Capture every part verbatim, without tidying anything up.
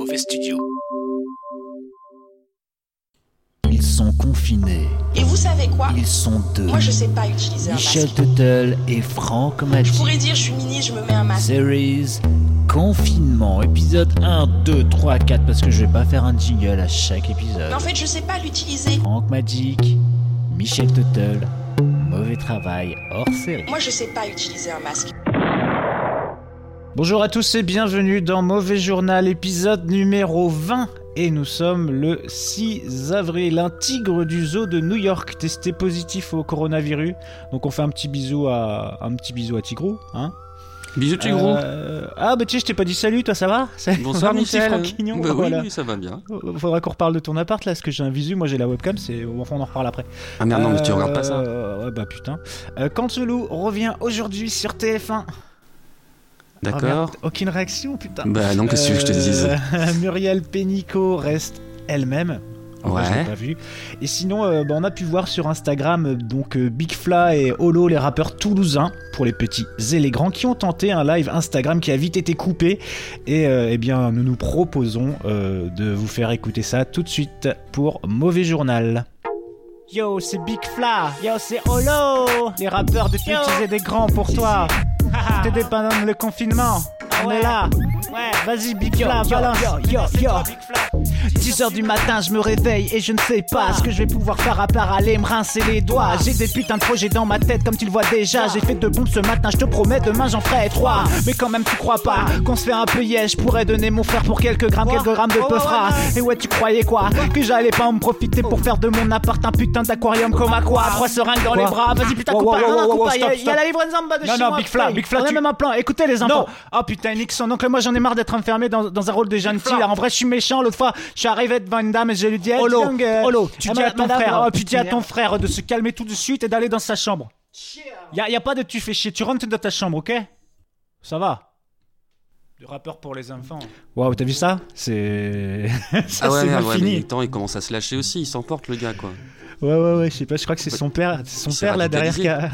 Mauvais Studio. Ils sont confinés. Et vous savez quoi ? Ils sont deux. Moi je sais pas utiliser Michel un masque. Tuttle et Franck Magic. Je pourrais dire je suis ministre, je me mets un masque. Series Confinement, épisode un, deux, trois, quatre, parce que je vais pas faire un jingle à chaque épisode. Mais en fait je sais pas l'utiliser. Franck Magic, Michel Tuttle, mauvais travail hors série. Moi je sais pas utiliser un masque. Bonjour à tous et bienvenue dans Mauvais Journal, épisode numéro vingt. Et nous sommes le six avril. Un tigre du zoo de New York testé positif au coronavirus. Donc on fait un petit bisou à un petit bisou à Tigrou, hein. Bisous Tigrou. Euh... Ah bah tiens, je t'ai pas dit salut, toi ça va ? Bonsoir Michel. Franquignon, bah voilà. Oui, ça va bien. Faudra qu'on reparle de ton appart là, parce que j'ai un visu, moi j'ai la webcam, c'est... Enfin on en reparle après. Ah merde, non euh... mais tu regardes pas ça. Ouais bah putain. Euh, Canteloup revient aujourd'hui sur T F un. D'accord. Oh, merde, aucune réaction, putain. Bah non, qu'est-ce que je te dise. Euh, Muriel Pénicaud reste elle-même. En ouais. vrai, je l'ai pas vu. Et sinon, euh, bah, on a pu voir sur Instagram euh, donc euh, Big Fla et Holo, les rappeurs toulousains, pour les petits et les grands, qui ont tenté un live Instagram qui a vite été coupé. Et euh, eh bien, nous nous proposons euh, de vous faire écouter ça tout de suite pour Mauvais Journal. Yo, c'est Big Fla. Yo, c'est Holo. Les rappeurs des petits et des grands pour toi. T'es dépendant de le confinement. On ouais. est là. Ouais. Vas-y, Big Fla, balance. Yo, yo, yo. dix heures du matin, je me réveille et je ne sais pas ce que je vais pouvoir faire à part aller me rincer les doigts. J'ai des putains de projets dans ma tête, comme tu le vois déjà. J'ai fait deux bombes ce matin, je te promets, demain j'en ferai trois. Mais quand même, tu crois pas qu'on se fait un peu yé. Je pourrais donner mon frère pour quelques grammes, quelques grammes de peu fras. Et ouais, tu croyais quoi ? Que j'allais pas en me profiter pour faire de mon appart un putain d'aquarium comme à quoi ? Trois seringues dans les bras, vas-y putain, coupe pas. Non, non, coupe pas, il y a la livraison en bas de chez moi. Non, non, Big Fla, Big Fla, on a même un plan. Écoutez les enfants. Oh putain, Nixon. Donc moi j'en ai marre d'être enfermé dans, dans un rôle de gentil. En vrai, je suis méchant. L'autre fois, je suis arrivé devant une dame et je lui dis, hey, Holo, donc, euh, Holo, tu dis à ton frère, oh, tu dis à ton frère de se calmer tout de suite et d'aller dans sa chambre. Y a, y a pas de tu fais chier, tu rentres dans ta chambre, ok ? Ça va. Du rappeur pour les enfants. Waouh, t'as vu ça ? C'est ça, ah ouais, c'est merde, mal ouais, fini. mais temps, il commence à se lâcher aussi, il s'emporte le gars quoi. Ouais ouais ouais, je sais pas, je crois que c'est son père, c'est son père là derrière qui a...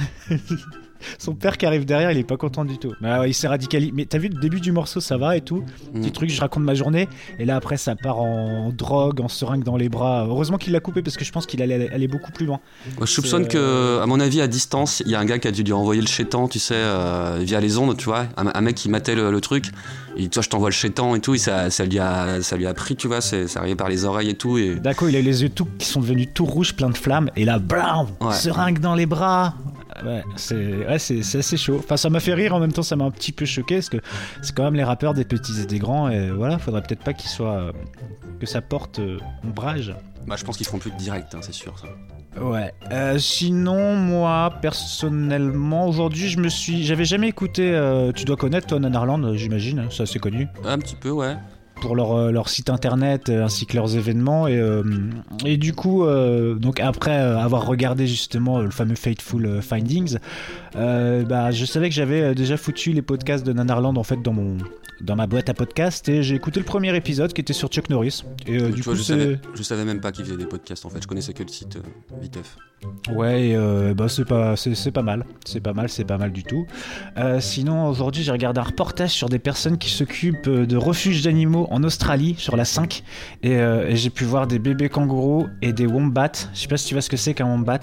Son père qui arrive derrière, il est pas content du tout. Mais ouais, il s'est radicalisé. Mais t'as vu le début du morceau, ça va et tout. Mm. Petit truc, je raconte ma journée. Et là après, ça part en drogue, en seringue dans les bras. Heureusement qu'il l'a coupé parce que je pense qu'il allait aller beaucoup plus loin. Ouais, je soupçonne c'est... que, à mon avis, à distance, il y a un gars qui a dû lui envoyer le chétan, tu sais, euh, via les ondes, tu vois. Un, un mec qui matait le, le truc. Et toi, je t'envoie le chétan et tout. Et ça, ça lui a, ça lui a pris, tu vois. C'est, ça arrivait par les oreilles et tout. Et... D'accord, il a les yeux tout, qui sont devenus tout rouges, plein de flammes. Et là, blam, ouais. Seringue dans les bras. Ouais, c'est, ouais c'est, c'est assez chaud. Enfin, ça m'a fait rire, en même temps, ça m'a un petit peu choqué, parce que c'est quand même les rappeurs des petits et des grands, et voilà, faudrait peut-être pas qu'ils soient. Euh, que ça porte euh, ombrage. Bah, je pense qu'ils feront plus de direct, hein, c'est sûr, ça. Ouais. Euh, sinon, moi, personnellement, aujourd'hui, je me suis. J'avais jamais écouté. Euh, tu dois connaître, toi, Nanarland, j'imagine, c'est assez connu. Un petit peu, ouais. Pour leur, euh, leur site internet euh, ainsi que leurs événements et, euh, et du coup euh, donc après euh, avoir regardé justement euh, le fameux Fateful euh, Findings euh, bah, je savais que j'avais euh, déjà foutu les podcasts de Nanarland en fait dans, mon, dans ma boîte à podcast et j'ai écouté le premier épisode qui était sur Chuck Norris et euh, du vois, coup je, c'est... savais, je savais même pas qu'il faisait des podcasts en fait, je connaissais que le site euh, Viteuf. Ouais, euh, bah c'est pas, c'est, c'est pas mal, c'est pas mal, c'est pas mal du tout. Euh, sinon, aujourd'hui, j'ai regardé un reportage sur des personnes qui s'occupent de refuges d'animaux en Australie, sur la cinq, et, euh, et j'ai pu voir des bébés kangourous et des wombats. Je sais pas si tu vois ce que c'est qu'un wombat.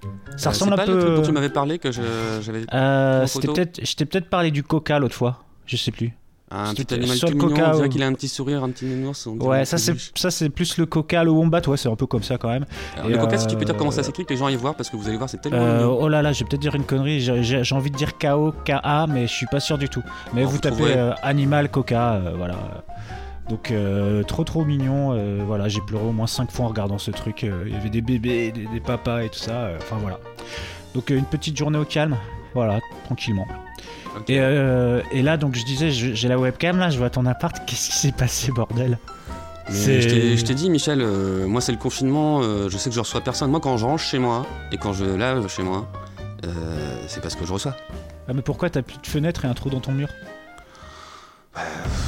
Ça euh, ressemble c'est pas un peu. Le truc dont tu m'avais parlé que je, j'avais. Euh, c'était peut-être, je t'ai peut-être parlé du coca l'autre fois, je sais plus. Un c'était petit animal tout mignon, on dirait qu'il a un petit sourire, un petit nounours. Ouais, ça c'est, ça c'est plus le coca, le wombat, ouais, c'est un peu comme ça quand même. Alors, le coca, euh... si tu peux dire comment ça s'écrit, que les gens aillent voir, parce que vous allez voir, c'est tellement euh, mignon. Oh là là, je vais peut-être dire une connerie, j'ai, j'ai, j'ai envie de dire K O K A, mais je suis pas sûr du tout. Mais bon, vous, vous tapez euh, animal coca, euh, voilà. Donc euh, trop trop mignon, euh, voilà, j'ai pleuré au moins cinq fois en regardant ce truc. Euh, il y avait des bébés, des, des papas et tout ça, euh, enfin voilà. Donc euh, une petite journée au calme, voilà, tranquillement. Okay. Et, euh, et là, donc je disais, je, j'ai la webcam là, je vois ton appart. Qu'est-ce qui s'est passé, bordel ? C'est... Je, t'ai, je t'ai dit, Michel, euh, moi c'est le confinement, euh, je sais que je reçois personne. Moi, quand je range chez moi et quand je lave chez moi, euh, c'est parce que je reçois. Ah, mais pourquoi t'as plus de fenêtre et un trou dans ton mur ? euh,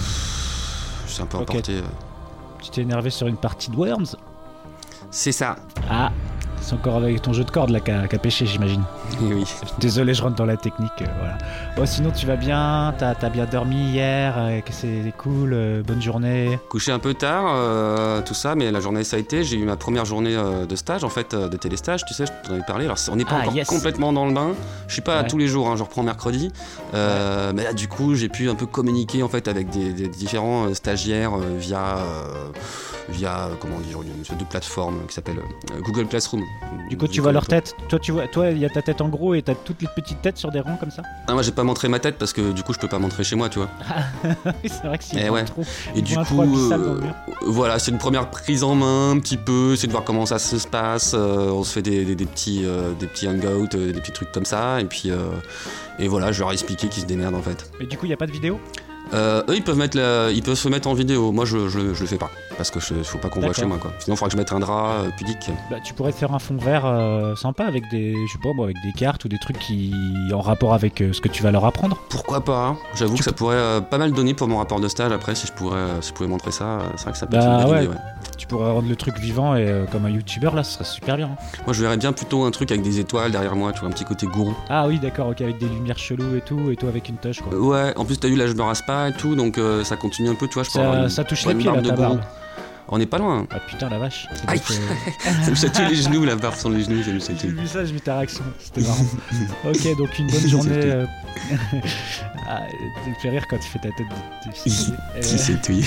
Je suis un peu okay. emporté. Euh... Tu t'es énervé sur une partie de Worms ? C'est ça. Ah, c'est encore avec ton jeu de cordes là qu'a, qu'a pêché, j'imagine. Et oui. Désolé, je rentre dans la technique. euh, voilà. Bon, sinon, tu vas bien? T'as as bien dormi hier? euh, que c'est cool? euh, bonne journée? Couché un peu tard, euh, tout ça, mais la journée ça a été. J'ai eu ma première journée euh, de stage, en fait, euh, de téléstage, tu sais, je t'en avais parlé. Alors on n'est pas Ah, encore yes. complètement dans le bain. Je suis pas Ouais. tous les jours, hein, je reprends mercredi. Euh, Mais là, du coup, j'ai pu un peu communiquer en fait avec des, des différents euh, stagiaires euh, via, euh, via euh, comment dire, une sorte de plateforme qui s'appelle euh, Google Classroom. Du coup, tu vois leur tête. Toi, tu vois, toi, il y a ta tête en gros et t'as toutes les petites têtes sur des rangs comme ça. Ah, moi, j'ai pas montré ma tête parce que du coup, je peux pas montrer chez moi, tu vois. Oui, c'est vrai que si. Eh ils font ouais. un trou, Et ils du font un coup, trou abyssal euh, dans le mur. voilà, c'est une première prise en main, un petit peu, c'est de voir comment ça se passe. euh, on se fait des, des, des petits, euh, des petits hangouts, euh, des petits trucs comme ça, et puis, euh, et voilà, je leur ai expliqué qu'ils se démerdent en fait. Et du coup, il y a pas de vidéo? Euh, eux, ils peuvent mettre, la- ils peuvent se mettre en vidéo. Moi, je, je, je le fais pas, parce que je, faut pas qu'on voit D'accord. chez moi, quoi. Sinon, il faudra que je mette un drap euh, pudique. Bah, tu pourrais te faire un fond vert euh, sympa avec des, je sais pas moi, avec des cartes ou des trucs qui en rapport avec euh, ce que tu vas leur apprendre. Pourquoi pas hein. J'avoue que ça pourrait euh, pas mal donner pour mon rapport de stage. Après, si je pourrais, euh, si je pouvais montrer ça, euh, c'est vrai que ça peut être Bah, une bonne ouais. idée, ouais. Tu pourrais rendre le truc vivant et euh, comme un youtubeur là, ce serait super bien. Moi, je verrais bien plutôt un truc avec des étoiles derrière moi, tu vois, un petit côté gourou. Ah oui, d'accord, ok, avec des lumières cheloues et tout, et toi avec une touche quoi. Euh, Ouais, en plus, t'as vu, là, je me rase pas et tout, donc euh, ça continue un peu, tu vois. Je peux avoir Ça, une- ça touche une les pieds là, barbe de ta gourou. barbe. On n'est pas loin. Ah putain la vache. C'est Aïe. donc, euh, Ça me chatouille les genoux, la barbe sur les genoux, ça me J'ai chatouille. vu ça, j'ai vu ta réaction, c'était marrant. Ok, donc une bonne journée. C'est tout. euh, ah, ça me fait rire quand tu fais ta tête de. de- Euh, Si, c'est tout.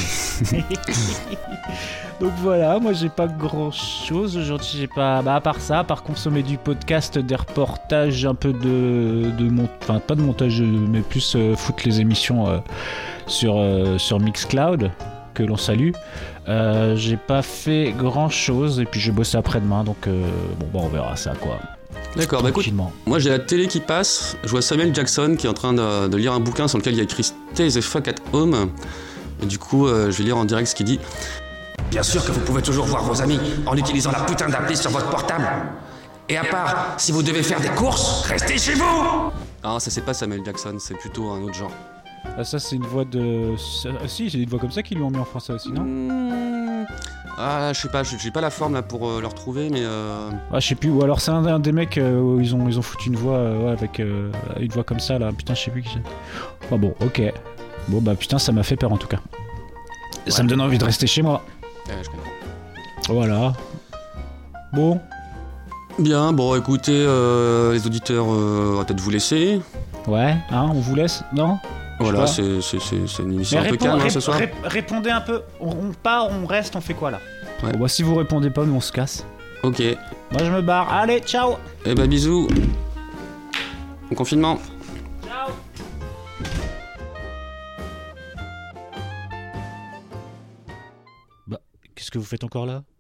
Donc voilà, moi j'ai pas grand chose aujourd'hui, j'ai pas. Bah à part ça, à part consommer du podcast, des reportages, un peu de. de mont... Enfin, pas de montage, mais plus euh, foutre les émissions euh, sur, euh, sur Mixcloud, que l'on salue. Euh, j'ai pas fait grand chose, et puis je bosse après-demain, donc euh, bon, bah on verra ça quoi. D'accord, bah écoute, Tranquillement. moi j'ai la télé qui passe, je vois Samuel Jackson qui est en train de, de lire un bouquin sur lequel il y a écrit Stay the fuck at home. Et du coup, euh, je vais lire en direct ce qu'il dit. Bien sûr que vous pouvez toujours voir vos amis en utilisant la putain d'appli sur votre portable. Et à part, si vous devez faire des courses, restez chez vous. Ah, ça c'est pas Samuel Jackson, c'est plutôt un autre genre. Ah, ça c'est une voix de. Ah, si, c'est une voix comme ça qu'ils lui ont mis en français aussi, non? Mmh. Ah, je sais pas, j'ai pas la forme là pour euh, le retrouver, mais euh... Ah, je sais plus, ou alors c'est un, un des mecs euh, où ils ont, ils ont foutu une voix euh, ouais, avec euh, une voix comme ça là, putain, je sais plus qui c'est. Enfin bon, ok. Bon bah putain, ça m'a fait peur en tout cas. Et ça me donne envie de rester chez moi. ouais, je connais. Voilà. Bon, Bien, bon écoutez, euh, les auditeurs, euh, on va peut-être vous laisser. ouais, hein, on vous laisse, non? Voilà, pas. c'est c'est- c'est- c'est une émission Mais un peu réponds- calme hein, rép- ce soir. rép- répondez un peu, on, on part, on reste, on fait quoi là? Ouais. Bon bah si vous répondez pas, nous on se casse. Ok, et Moi je me barre, allez, ciao! bah bisous. Bon confinement. Ciao! Bah, qu'est-ce que vous faites encore là?